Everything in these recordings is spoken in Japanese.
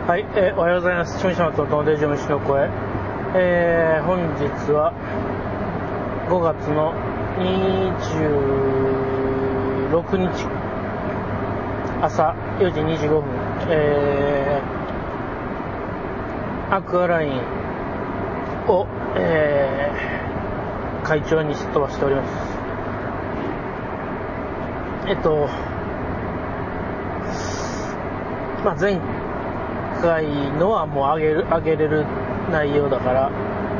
はい、おはようございます。しみしまとデジ虫の声。本日は5月の26日朝4時25分、アクアラインを、会長にすっ飛ばしております。前回のはもう上げれる内容だから、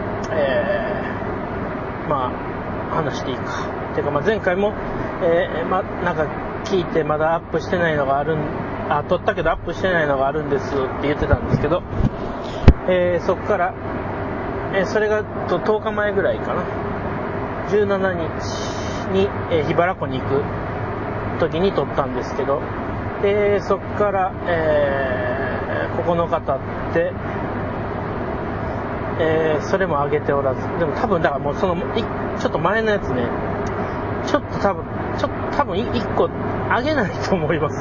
話していいか。てか前回も、なんか聞いてまだアップしてないのがある撮ったけどアップしてないのがあるんですって言ってたんですけど、そこから、それが10日前ぐらいかな、17日に、桧原湖に行く時に撮ったんですけど、そこから、9日経って、それも上げておらず、でも多分だからもうちょっと前のやつね、ちょっと多分1個上げないと思います。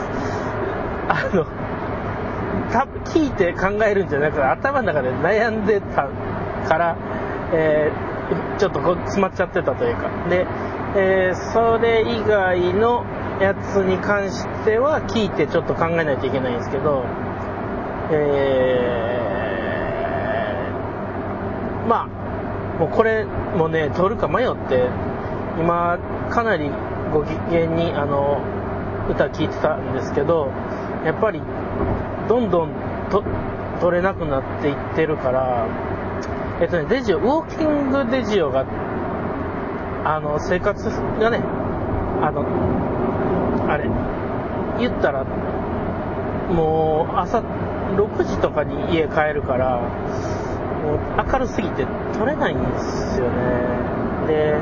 多分聞いて考えるんじゃなくて頭の中で悩んでたから、ちょっと詰まっちゃってたというかで、それ以外のやつに関しては聞いてちょっと考えないといけないんですけど、もうこれもね撮るか迷って今かなりご機嫌に歌聴いてたんですけど、やっぱりどんどん撮れなくなっていってるから、デジオウォーキングデジオが生活がねあれ言ったらもう朝6時とかに家帰るからもう明るすぎて撮れないんですよね。で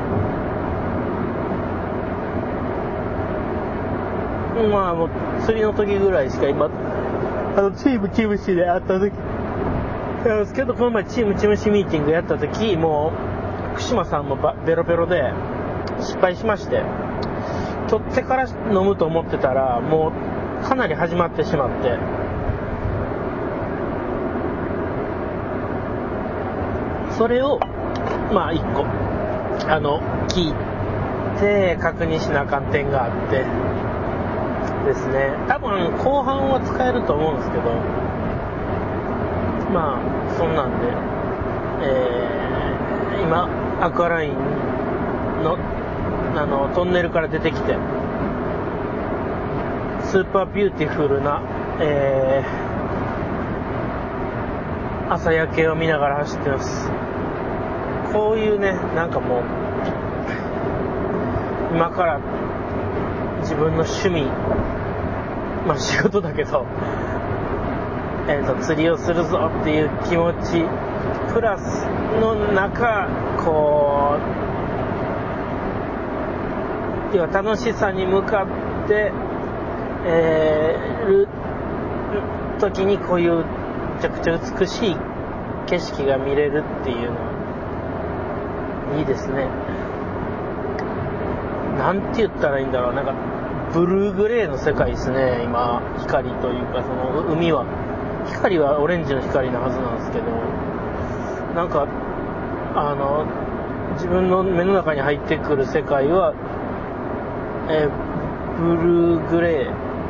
もう釣りの時ぐらいしか今チームチムシで会った時ですけど、この前チームチムシミーティングやった時もう福島さんもベロベロで失敗しまして、取ってから飲むと思ってたらもうかなり始まってしまって、それを1個聞いて確認しなあかん点があってですね、多分後半は使えると思うんですけど、そんなんで、今アクアラインのトンネルから出てきてスーパービューティフルな、朝焼けを見ながら走ってます。こういうね、なんかもう今から自分の趣味、仕事だけど、釣りをするぞっていう気持ちプラスの中、こう要は楽しさに向かってる時にこういうめちゃくちゃ美しい景色が見れるっていうのはいいですね。なんて言ったらいいんだろう、なんかブルーグレーの世界ですね。今光というか、その海は光はオレンジの光なはずなんですけど、なんか自分の目の中に入ってくる世界は、ブルーグレ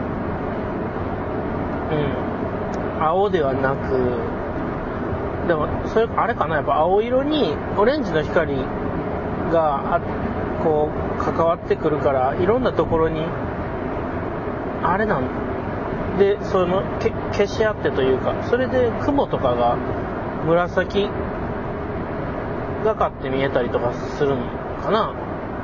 ー、青ではなく、でもそれあれかな、やっぱ青色にオレンジの光がこう関わってくるから、いろんなところにあれなんでその消し合ってというか、それで雲とかが紫がかって見えたりとかするのかな。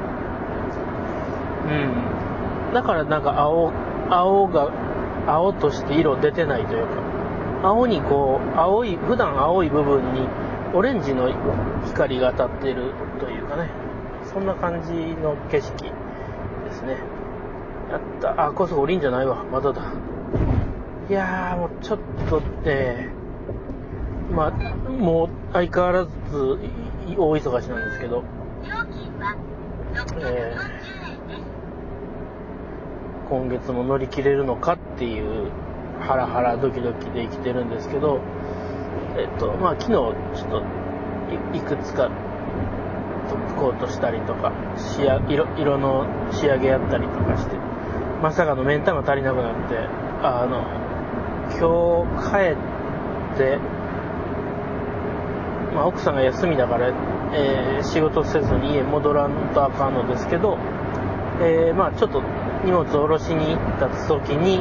だからなんか青として色出てないというか、青にこう普段青い部分にオレンジの光が当たっているというかね、そんな感じの景色ですね。高速降りんじゃないわ、まだだ。いやもうちょっともう相変わらず大忙しなんですけど、今月も乗り切れるのかっていうハラハラドキドキで生きてるんですけど、まあ昨日ちょっといくつかトップコートしたりとか色の仕上げやったりとかして、まさかのメンタルが足りなくなって、今日帰って、まあ、奥さんが休みだから、仕事せずに家戻らんとあかんのですけど、まあちょっと荷物を下ろしに行った時に、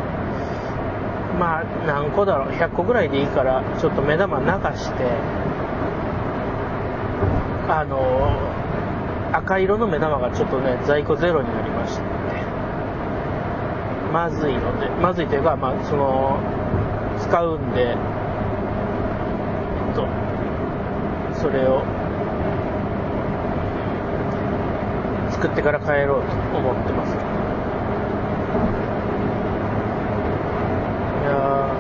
まあ何個だろう、100個ぐらいでいいからちょっと目玉流して、赤色の目玉がちょっとね在庫ゼロになりまして、まずいというか、まあその使うんで、それを作ってから帰ろうと思ってます。いや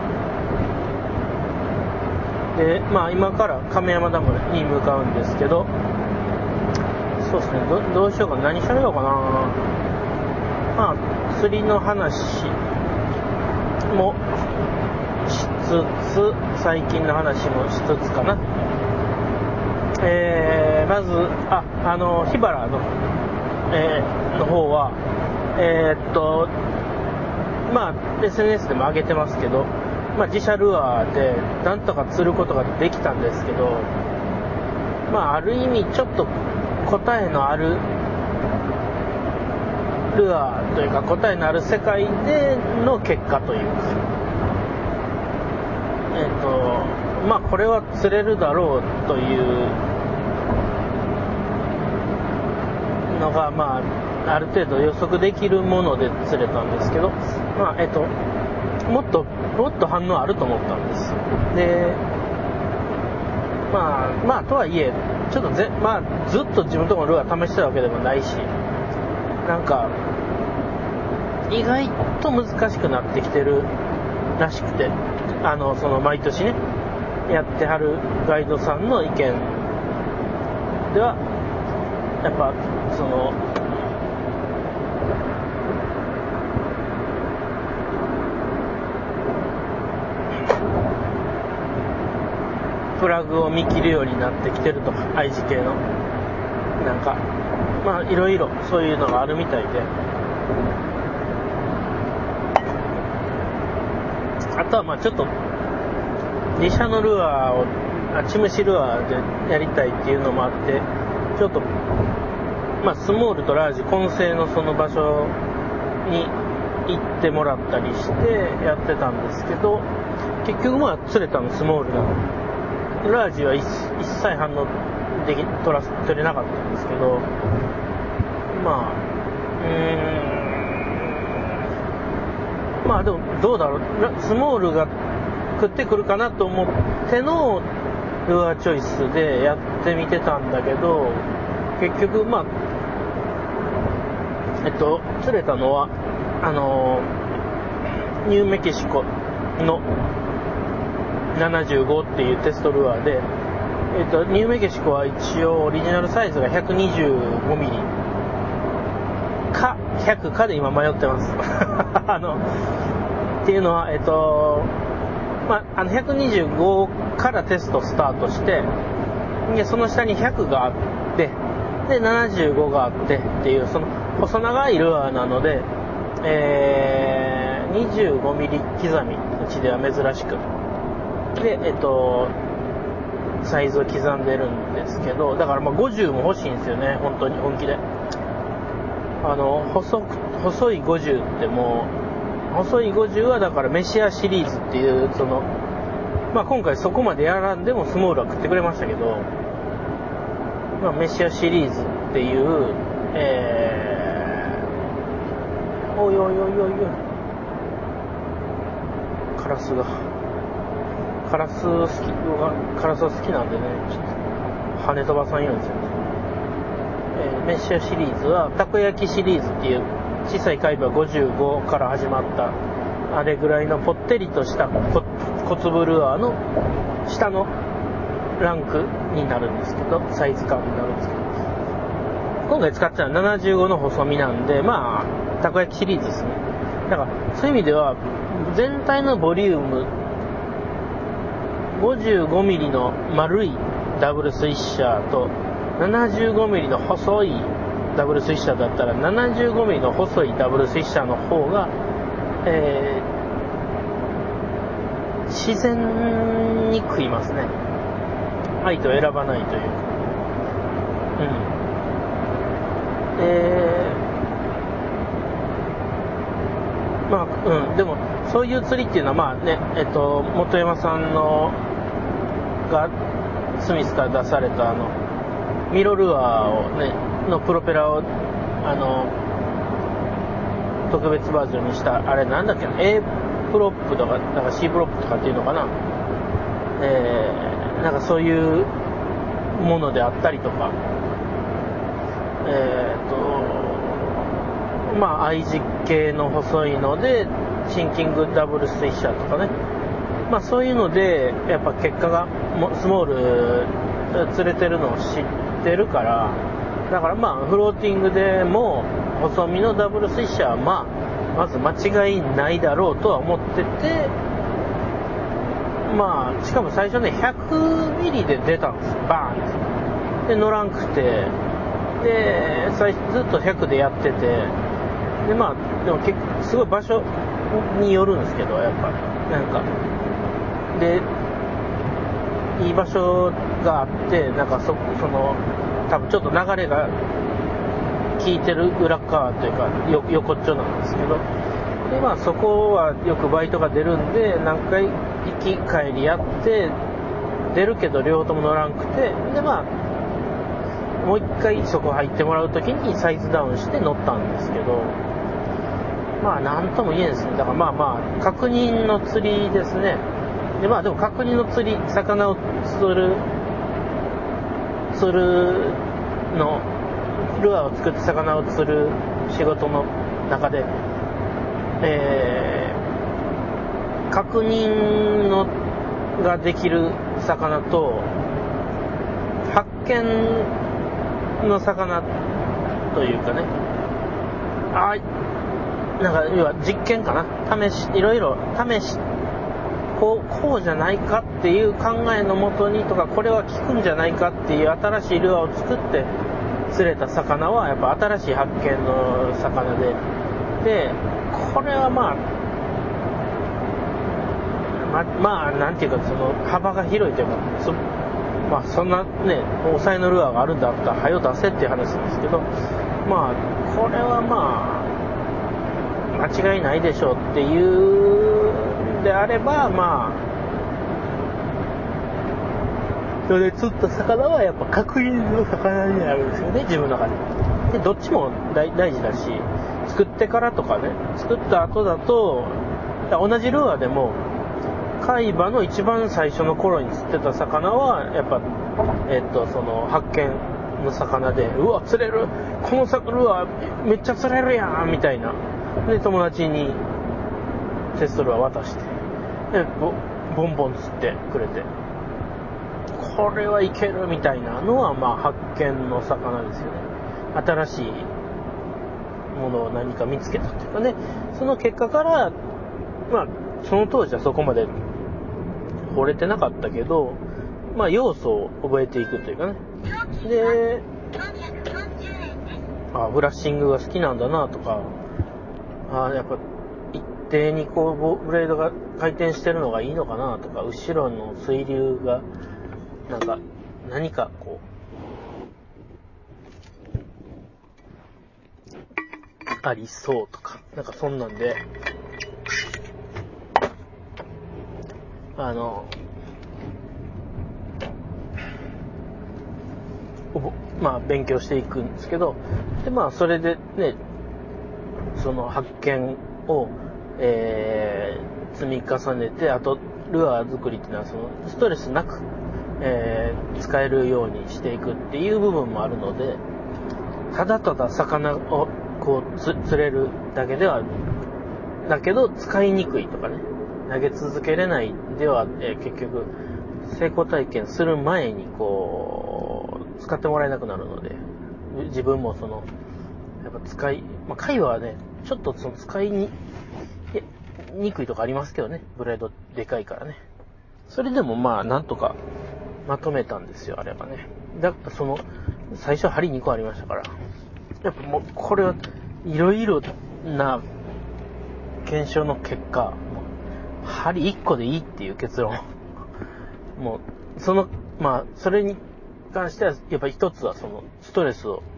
で、まあ今から亀山ダムに向かうんですけど、そうですね、どうしようか、何喋ろうかな。まあ釣りの話もしつつ、最近の話もしつつかな。まず桧原の、の方はまあ SNS でも上げてますけど、まあ自社ルアーでなんとか釣ることができたんですけど、まあある意味ちょっと答えのあるルアーというか、答えのある世界での結果というか、まあこれは釣れるだろうというのが、まあある程度予測できるもので釣れたんですけど、まあもっと反応あると思ったんです。で、まあとはいえちょっとまあずっと自分のところのルアー試してたわけでもないし、なんか意外と難しくなってきてるらしくて、その毎年ねやってはるガイドさんの意見では、やっぱそのプラグを見切るようになってきてるとか、愛知系のなんかまあいろいろそういうのがあるみたいで、あとはまあちょっと自社のルアーをチムシルアーでやりたいっていうのもあって、ちょっとまあスモールとラージ混成のその場所に行ってもらったりしてやってたんですけど、結局まあ釣れたのスモールなの、ラージは一切反応取れなかったんですけど、まあでもどうだろう、スモールが食ってくるかなと思ってのルアーチョイスでやってみてたんだけど、結局まあ釣れたのはニューメキシコの75っていうテストルアーで、ニューメキシコは一応オリジナルサイズが125ミリか100かで今迷ってますっていうのはまあ、125からテストスタートして、でその下に100があってで75があってっていう、その細長いルアーなので、25ミリ刻み、うちでは珍しくでサイズを刻んでるんですけど、だからまあ50も欲しいんですよね、本当に本気で。細い50ってもう、細い50はだからメシアシリーズっていう、そのまあ今回そこまでやらんでもスモールは食ってくれましたけど、まあメシアシリーズっていう、おいおいおいおいおい、カラスは好きなんでね、ちょっと跳ね飛ばさんようにするんです。メッシャーシリーズはたこ焼きシリーズっていう小さい海馬55から始まったあれぐらいのぽってりとした小粒ルアーの下のランクになるんですけど、サイズ感になるんですけど、今回使ってたのは75の細身なんで、まあたこ焼きシリーズですね。 だからそういう意味では全体のボリューム 55mm の丸いダブルスイッシャーと 75mm の細いダブルスイッシャーだったら 75mm の細いダブルスイッシャーの方が、自然に食いますね。相手を選ばないというか。でもそういう釣りっていうのはまあね、本山さんのがスミスから出されたミロルアーをねのプロペラを特別バージョンにしたあれなんだっけな、 A プロップとかなんか C プロップとかっていうのかな、なんかそういうものであったりとか、I 字系の細いのでシンキングダブルスイッシャーとかね、そういうのでやっぱ結果がスモール釣れてるのを知ってるから、だからフローティングでも細身のダブルスイッシャーはまず間違いないだろうとは思ってて、しかも最初ね100ミリで出たんですよ、バーンってで乗らんくて、でずっと100でやってて、でもすごい場所によるんですけど、やっぱなんかでいい場所があって、なんかその多分ちょっと流れが効いてる裏側というか横っちょなんですけど、でそこはよくバイトが出るんで何回行き帰りやって出るけど両方とも乗らんくて、でもう一回そこ入ってもらうときにサイズダウンして乗ったんですけど、なんとも言えんですね。だから確認の釣りですね。ででも確認の釣り、魚を釣るのルアーを作って魚を釣る仕事の中で、確認のができる魚と発見の魚というかね、なんか要は実験かな、いろいろ試しこうじゃないかっていう考えのもとにとか、これは効くんじゃないかっていう新しいルアーを作って釣れた魚はやっぱ新しい発見の魚で、これはなんていうか、その幅が広いというか、そんなね抑えのルアーがあるんだったら早よ出せっていう話なんですけど、これは間違いないでしょうっていうであれば、それで釣った魚はやっぱ確認の魚になるんですよね、自分の中で。どっちも大事だし、作ってからとかね、作った後だと同じルアーでも海馬の一番最初の頃に釣ってた魚はやっぱその発見の魚で、うわ釣れる、このルアーめっちゃ釣れるやんみたいなで友達にテストルアー渡して、でボンボン釣ってくれて、これはいけるみたいなのは発見の魚ですよね。新しいものを何か見つけたというかね、その結果からその当時はそこまで惚れてなかったけど、要素を覚えていくというかね、でフラッシングが好きなんだなとか、やっぱ一定にブレードが回転してるのがいいのかなとか、後ろの水流が何かありそうとか、そんなんで勉強していくんですけど、でそれでねその発見を、積み重ねて、あとルアー作りっていうのはそのストレスなく、使えるようにしていくっていう部分もあるので、ただただ魚を釣れるだけではだけど使いにくいとかね、投げ続けれないでは、結局成功体験する前に使ってもらえなくなるので、自分もそのやっぱ貝はね、ちょっとその使いにくいとかありますけどね、ブレードでかいからね。それでもまあなんとかまとめたんですよ、あれはね。最初針2個ありましたから。やっぱもうこれはいろいろな検証の結果、針1個でいいっていう結論。もうそれに関してはやっぱ一つはそのストレスを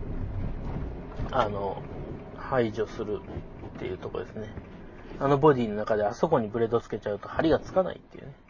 排除するっていうところですね。ボディの中であそこにブレードつけちゃうと針がつかないっていうね。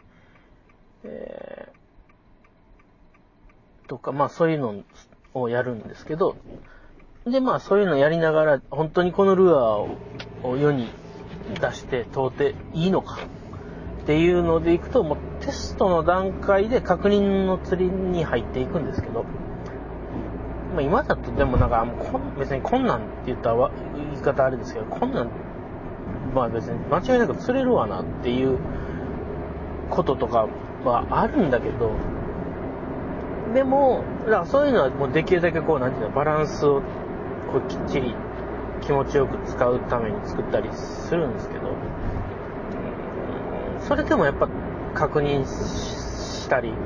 とか、そういうのをやるんですけど、で、そういうのやりながら、本当にこのルアーを世に出して到底いいのかっていうのでいくと、もうテストの段階で確認の釣りに入っていくんですけど、今だとでも別にこんなんって言ったら言い方あれですけど、こんなん、別に間違いなく釣れるわなっていうこととかはあるんだけど、でも、だからそういうのはもうできるだけバランスをきっちり気持ちよく使うために作ったりするんですけど、それでもやっぱ確認したり、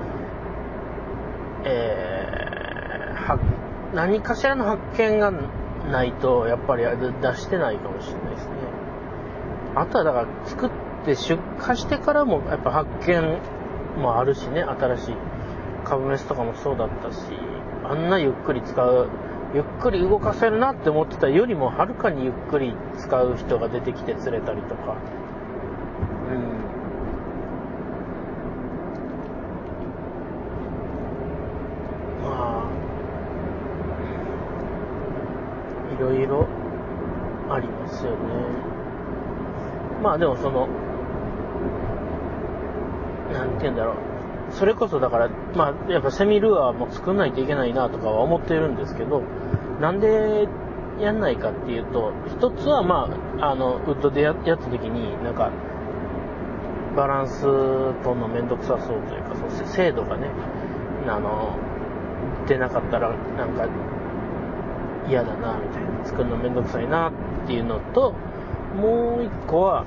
何かしらの発見がないとやっぱり出してないかもしれないですね。あとはだから作って出荷してからもやっぱ発見もあるしね、新しい株メスとかもそうだったし、あんなゆっくり動かせるなって思ってたよりもはるかにゆっくり使う人が出てきて釣れたりとか、いろいろありますよね。でもなんて言うんだろう。それこそだから、やっぱセミルアーも作んないといけないなとかは思ってるんですけど、なんでやんないかっていうと、一つはウッドでやった時に、バランス取るのめんどくさそうというか、精度がね、出なかったら嫌だなみたいな、作るのめんどくさいなっていうのと、もう一個は、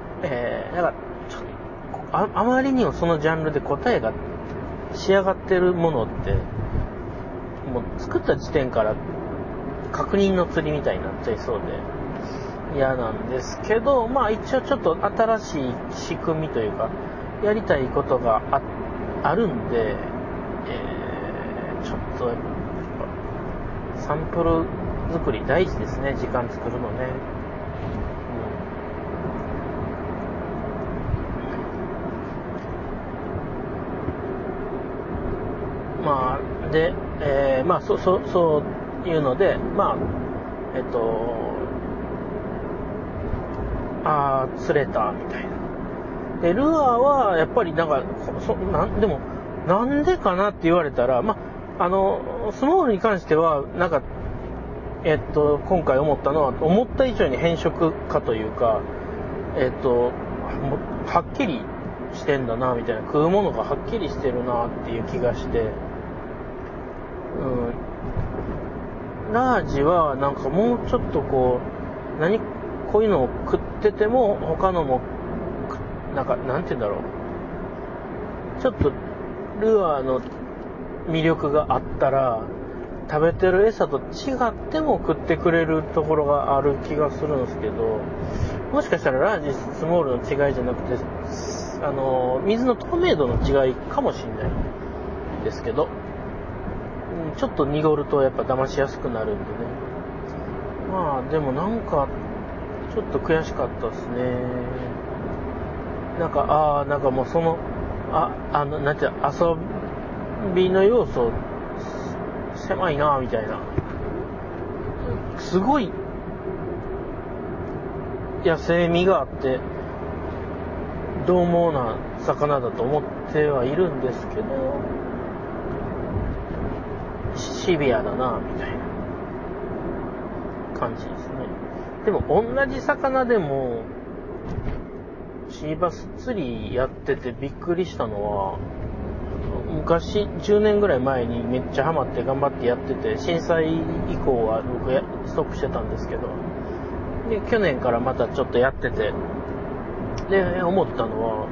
あまりにもそのジャンルで答えが仕上がってるものってもう作った時点から確認の釣りみたいになっちゃいそうで嫌なんですけど、一応ちょっと新しい仕組みというかやりたいことが あるんで、ちょっとサンプル作り大事ですね。時間作るのね。で、そういうので、釣れたみたいな。で、ルアーはやっぱりでもなんでかなって言われたら、スモールに関しては今回思ったのは思った以上に変色化というか、はっきりしてんだなみたいな、食うものがはっきりしてるなっていう気がして、ラージはもうちょっとこういうのを食ってても他のもなんて言うんだろう、ちょっとルアーの魅力があったら食べてる餌と違っても食ってくれるところがある気がするんですけど、もしかしたらラージスモールの違いじゃなくて水の透明度の違いかもしれないですけど、ちょっと濁るとやっぱ騙しやすくなるんでね。でもちょっと悔しかったですね。もうなんて遊びの要素狭いなみたいな。すごい野生味があって獰猛な魚だと思ってはいるんですけど、シビアだなみたいな感じですね。でも同じ魚でもシーバス釣りやっててびっくりしたのは、 昔10年ぐらい前にめっちゃハマって頑張ってやってて、震災以降は僕ストップしてたんですけど、で去年からまたちょっとやってて、で思ったのは、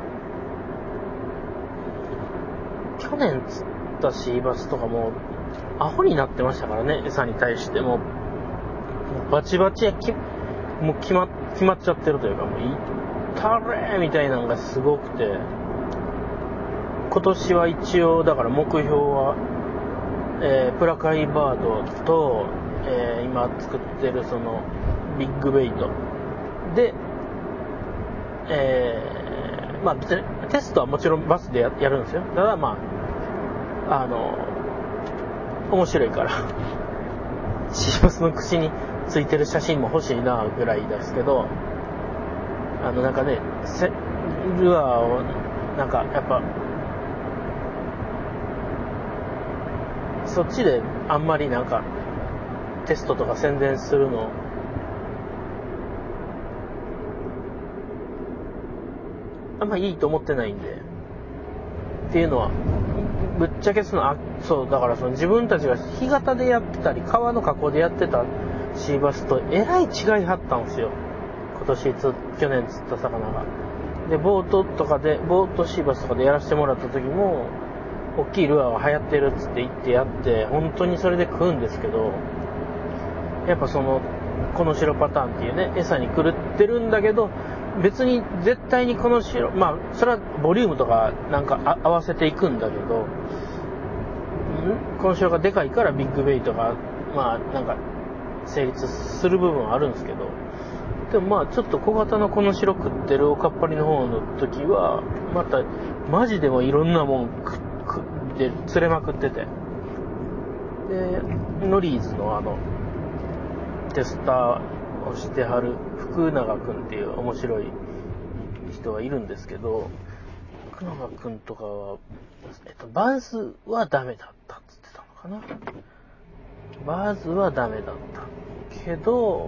去年釣ったシーバスとかもアホになってましたからね。餌に対してもバチバチもう決まっちゃってるというか、もういったれーみたいなのがすごくて、今年は一応だから目標は、プラカイバードと、今作ってるそのビッグベイトで、まあ別にテストはもちろんバスで やるんですよ。ただまあ面白いからシーバスの口についてる写真も欲しいなぐらいですけど、なんかね、ルアーをなんかやっぱそっちであんまりなんかテストとか宣伝するのあんまいいと思ってないんで、っていうのはぶっちゃけそうだから、その自分たちが干潟でやってたり川の河口でやってたシーバスとえらい違いはったんですよ。去年釣った魚が。でボートシーバスとかでやらせてもらった時も、大きいルアーが流行ってるっつって言ってやって、本当にそれで食うんですけど、やっぱこの白パターンっていうね、餌に狂ってるんだけど、別に絶対にこの白、まあそれはボリュームとかなんか合わせていくんだけど、この白がでかいからビッグベイトがまあなんか成立する部分はあるんですけど、でもまあちょっと小型のこの白食ってるおかっぱりの方の時はまたマジでもいろんなもんで釣れまくってて、でノリーズのテスターをしてはる福永くんっていう面白い人がいるんですけど、福永くんとかは、バーズはダメだったっつってたのかな。バーズはダメだったけど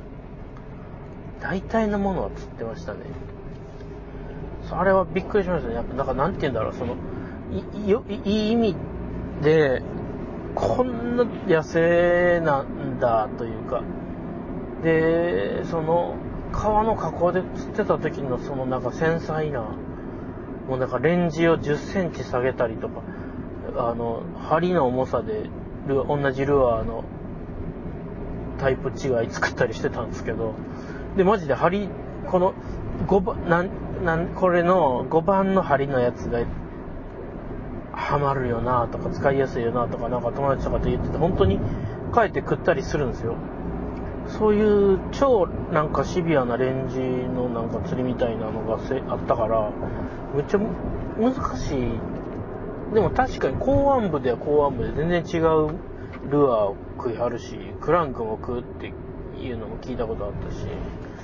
大体のものは釣ってましたね。あれはびっくりしましたね。やっぱなんかなんて言うんだろう、いい意味でこんな野生なんだというか、で川の河口で釣ってた時のなんか繊細な、もうなんかレンジを10センチ下げたりとか、針の重さで同じルアーのタイプ違い作ったりしてたんですけど、でマジで針このこれの5番の針のやつがハマるよなとか使いやすいよなとか、なんか友達とかと言ってて、本当に帰って食ったりするんですよ。そういう超なんかシビアなレンジのなんか釣りみたいなのがあったから、めっちゃ難しい。でも確かに公安部では公安部で全然違うルアーを食いはるし、クランクも食うっていうのも聞いたことあったし、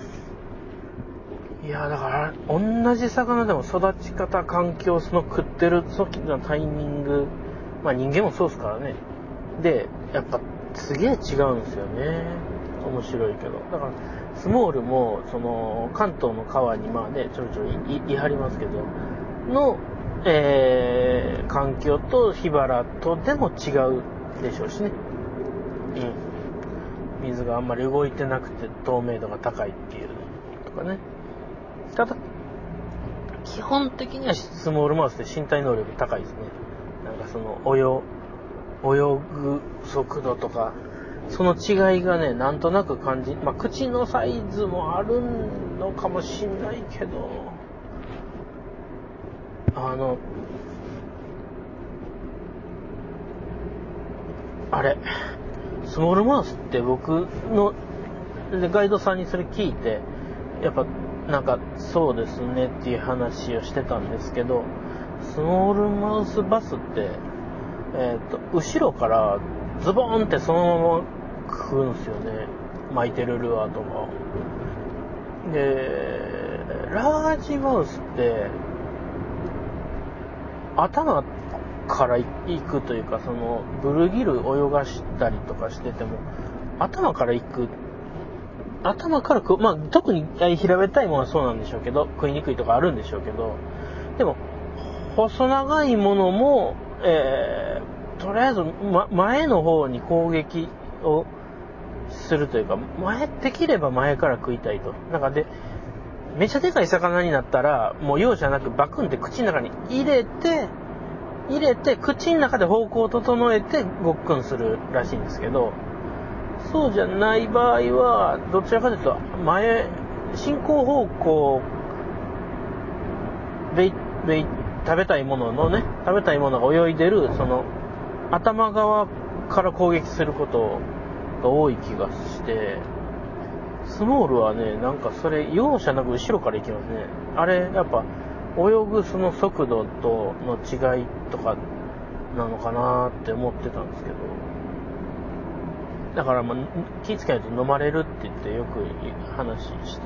いやだから同じ魚でも育ち方、環境、食ってる時のタイミング、まあ人間もそうですからね、でやっぱすげえ違うんですよね。面白いけど、だからスモールも関東の川にまあねちょいちょいいはりますけどの、環境と桧原とでも違うでしょうしね。水があんまり動いてなくて透明度が高いっていうとかね。ただ基本的にはスモールマウスで身体能力高いですね。なんか泳ぐ速度とかその違いがね、なんとなくまあ口のサイズもあるのかもしんないけど、あれスモールマウスって僕のガイドさんにそれ聞いて、やっぱなんかそうですねっていう話をしてたんですけど、スモールマウスバスって後ろからズボーンってそのまま食うんですよね、巻いてるルアーとかで。ラージマウスって頭から行くというか、ブルギル泳がしたりとかしてても頭からまあ特に平べったいものはそうなんでしょうけど、食いにくいとかあるんでしょうけど、でも細長いものもとりあえず、前の方に攻撃をするというか、できれば前から食いたいと。なんかで、めちゃでかい魚になったら、もう容赦なくバクンって口の中に入れて、口の中で方向を整えてごっくんするらしいんですけど、そうじゃない場合は、どちらかというと、進行方向、食べたいものが泳いでる、その、頭側から攻撃することが多い気がして、スモールはね、なんかそれ、容赦なく後ろから行きますね。あれ、やっぱ、泳ぐその速度との違いとかなのかなって思ってたんですけど、だから気ぃつけないと飲まれるって言ってよく話してたんですけ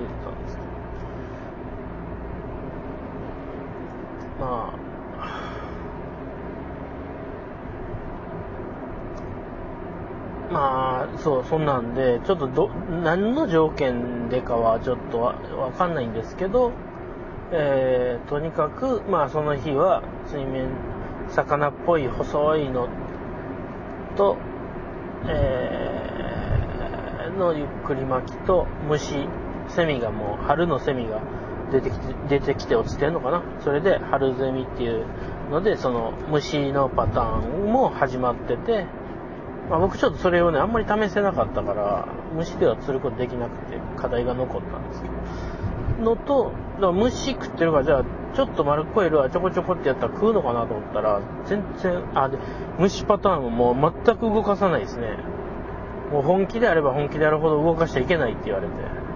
ど、そんなんで、ちょっと何の条件でかはちょっとわかんないんですけど、とにかく、その日は水面、魚っぽい細いのと、のゆっくり巻きとセミがもう春のセミが出てきて落ちてるのかな。それで春ゼミっていうので、その虫のパターンも始まってて、僕ちょっとそれをねあんまり試せなかったから虫では釣ることできなくて課題が残ったんですけどのと、虫食ってるから、じゃあちょっと丸っこいルアーちょこちょこってやったら食うのかなと思ったら全然で虫パターンももう全く動かさないですね。もう本気であれば本気であるほど動かしちゃいけないって言われて、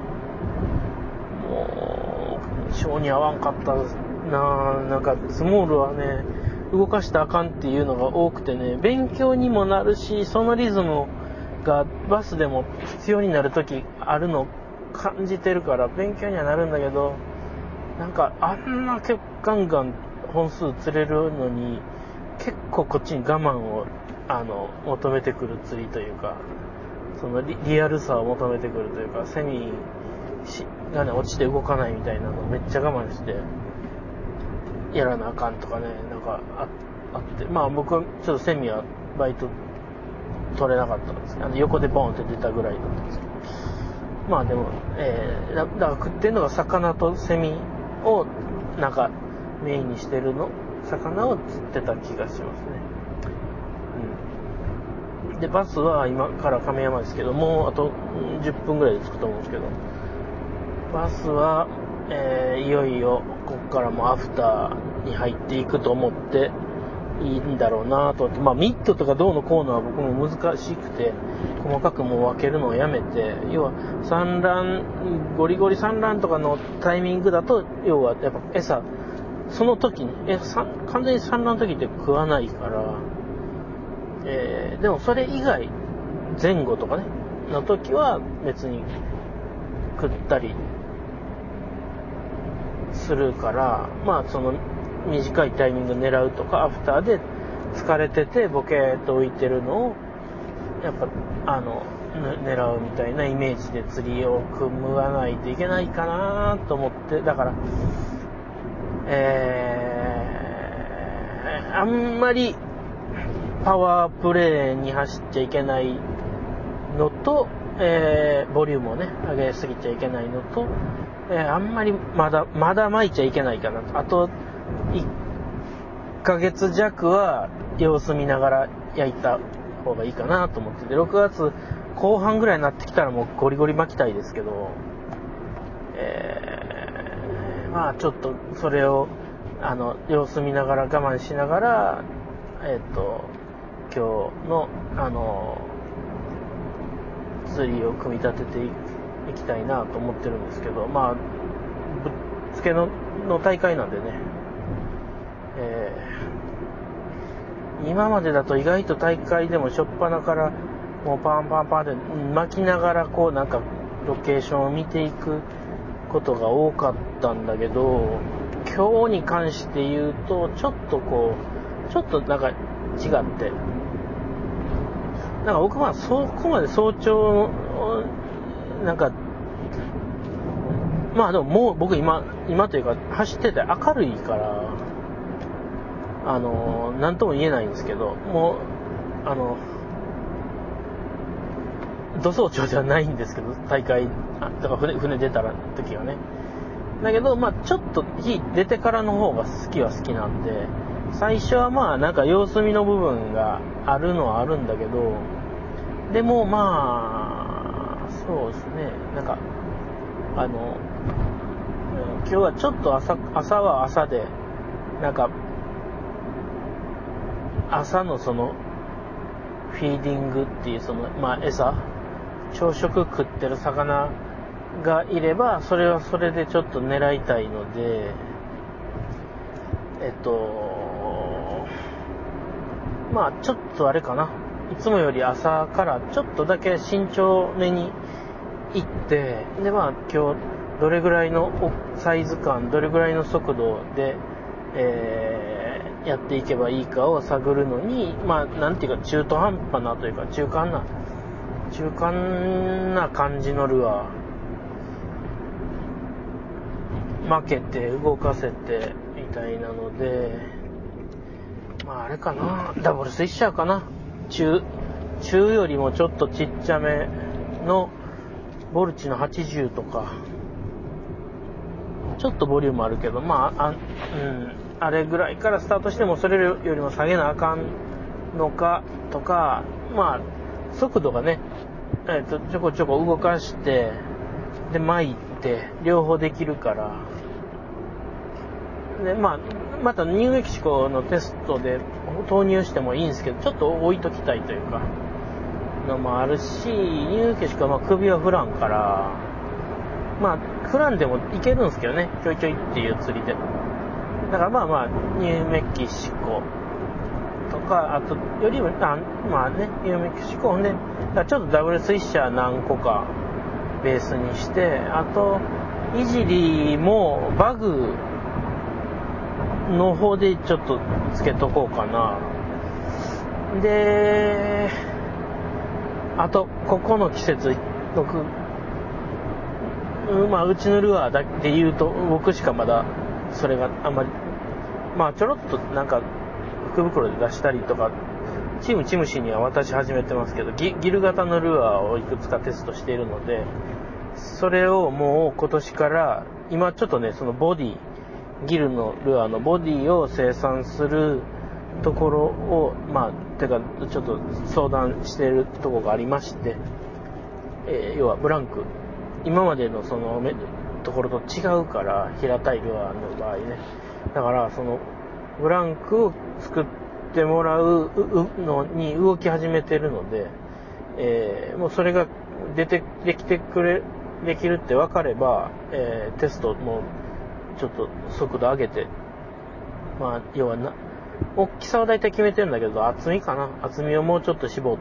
もう性に合わんかったな。なんかスモールはね動かしたらあかんっていうのが多くてね、勉強にもなるし、そのリズムがバスでも必要になる時あるの感じてるから勉強にはなるんだけど、なんかあんなガンガン本数釣れるのに結構こっちに我慢を求めてくる釣りというか、そのリアルさを求めてくるというか、セミがね落ちて動かないみたいなのめっちゃ我慢してやらなあかんとかね、なんかあって、僕はちょっとセミはバイト取れなかったんですけど、横でボーンって出たぐらいだったんですけど、でも、だから食ってるのが魚とセミをなんかメインにしてる魚を釣ってた気がしますね。でバスは今から亀山ですけど、もうあと10分ぐらいで着くと思うんですけど、バスは、いよいよここからもアフターに入っていくと思っていいんだろうなと思って、ミッドとかどうのこうのは僕も難しくて細かくもう分けるのをやめて、要はゴリゴリ産卵とかのタイミングだと、要はやっぱ餌その時に完全に産卵の時って食わないから、でもそれ以外前後とかねの時は別に食ったりするから、その短いタイミング狙うとか、アフターで疲れててボケーっと浮いてるのをやっぱ狙うみたいなイメージで釣りを組まないといけないかなと思って、だからあんまりパワープレーに走っちゃいけないのと、ボリュームをね上げすぎちゃいけないのと、あんまりまだ巻いちゃいけないかなと。あと1ヶ月弱は様子見ながら焼いた方がいいかなと思ってて、6月後半ぐらいになってきたらもうゴリゴリ巻きたいですけど、ちょっとそれを様子見ながら我慢しながら今日の釣りを組み立てていきたいなと思ってるんですけど、ぶっつけの大会なんでね、今までだと意外と大会でも初っ端からもうパンパンパンって巻きながらこうなんかロケーションを見ていくことが多かったんだけど、今日に関して言うとちょっとなんか違って、なんか僕はそこまで早朝なんかでももう僕今というか走ってて明るいから、 なんとも言えないんですけど、もう土早朝ではないんですけど、大会だから船出たら時はね。だけどちょっと日出てからの方が好きは好きなんで、最初はなんか様子見の部分があるのはあるんだけど、でもそうですね、なんか今日はちょっと朝は朝で、なんか朝のそのフィーディングっていう餌、朝食食ってる魚がいれば、それはそれでちょっと狙いたいので、ちょっとあれかな、いつもより朝からちょっとだけ慎重めに行って、で今日どれぐらいのサイズ感、どれぐらいの速度で、やっていけばいいかを探るのに、なんていうか中途半端なというか中間な感じのルアー、負けて動かせてみたいなので、あれかな、ダブルスイッシャーかな、中よりもちょっとちっちゃめのボルチの80とか、ちょっとボリュームあるけど、あれぐらいからスタートしてもそれよりも下げなあかんのかとか、速度がね、ちょこちょこ動かしてで巻いて両方できるから、でまたニューメキシコのテストで投入してもいいんですけど、ちょっと置いときたいというかのもあるし、ニューメキシコは首は振らんから、振らんでもいけるんですけどね、ちょいちょいっていう釣りで。だからニューメキシコとか、あとよりもニューメキシコね、ちょっとダブルスイッシャー何個かベースにして、あといじりもバグの方でちょっとつけとこうかな。で、あとここの季節うちのルアーだけで言うと、僕しかまだそれがあんまりちょろっとなんか福袋で出したりとかチームシには渡し始めてますけど、ギル型のルアーをいくつかテストしているので、それをもう今年から今ちょっとね、そのボディギルのルアーのボディを生産するところをてかちょっと相談しているところがありまして、要はブランク、今までのそのところと違うから、平たいルアーの場合ね、だからそのブランクを作ってもらうのに動き始めてるので、もうそれができるって分かれば、テストもちょっと速度上げて、要は大きさはだいたい決めてるんだけど、厚みをもうちょっと絞って、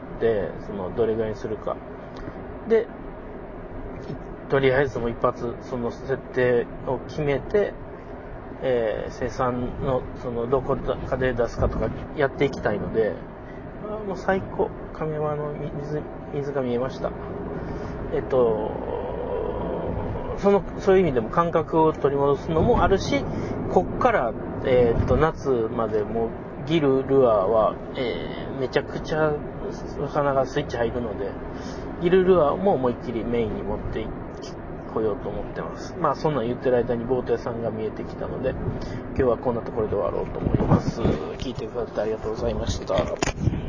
どれぐらいにするかで、とりあえずもう一発その設定を決めて、生産のどこかで出すかとかやっていきたいので、もう最高、亀山の水が見えました。そういう意味でも感覚を取り戻すのもあるし、こっから、夏までもうギルルアーは、めちゃくちゃ魚がスイッチ入るので、ギルルアーも思いっきりメインに持ってこようと思ってます。そんなん言ってる間にボート屋さんが見えてきたので、今日はこんなところで終わろうと思います。聞いてくださってありがとうございました。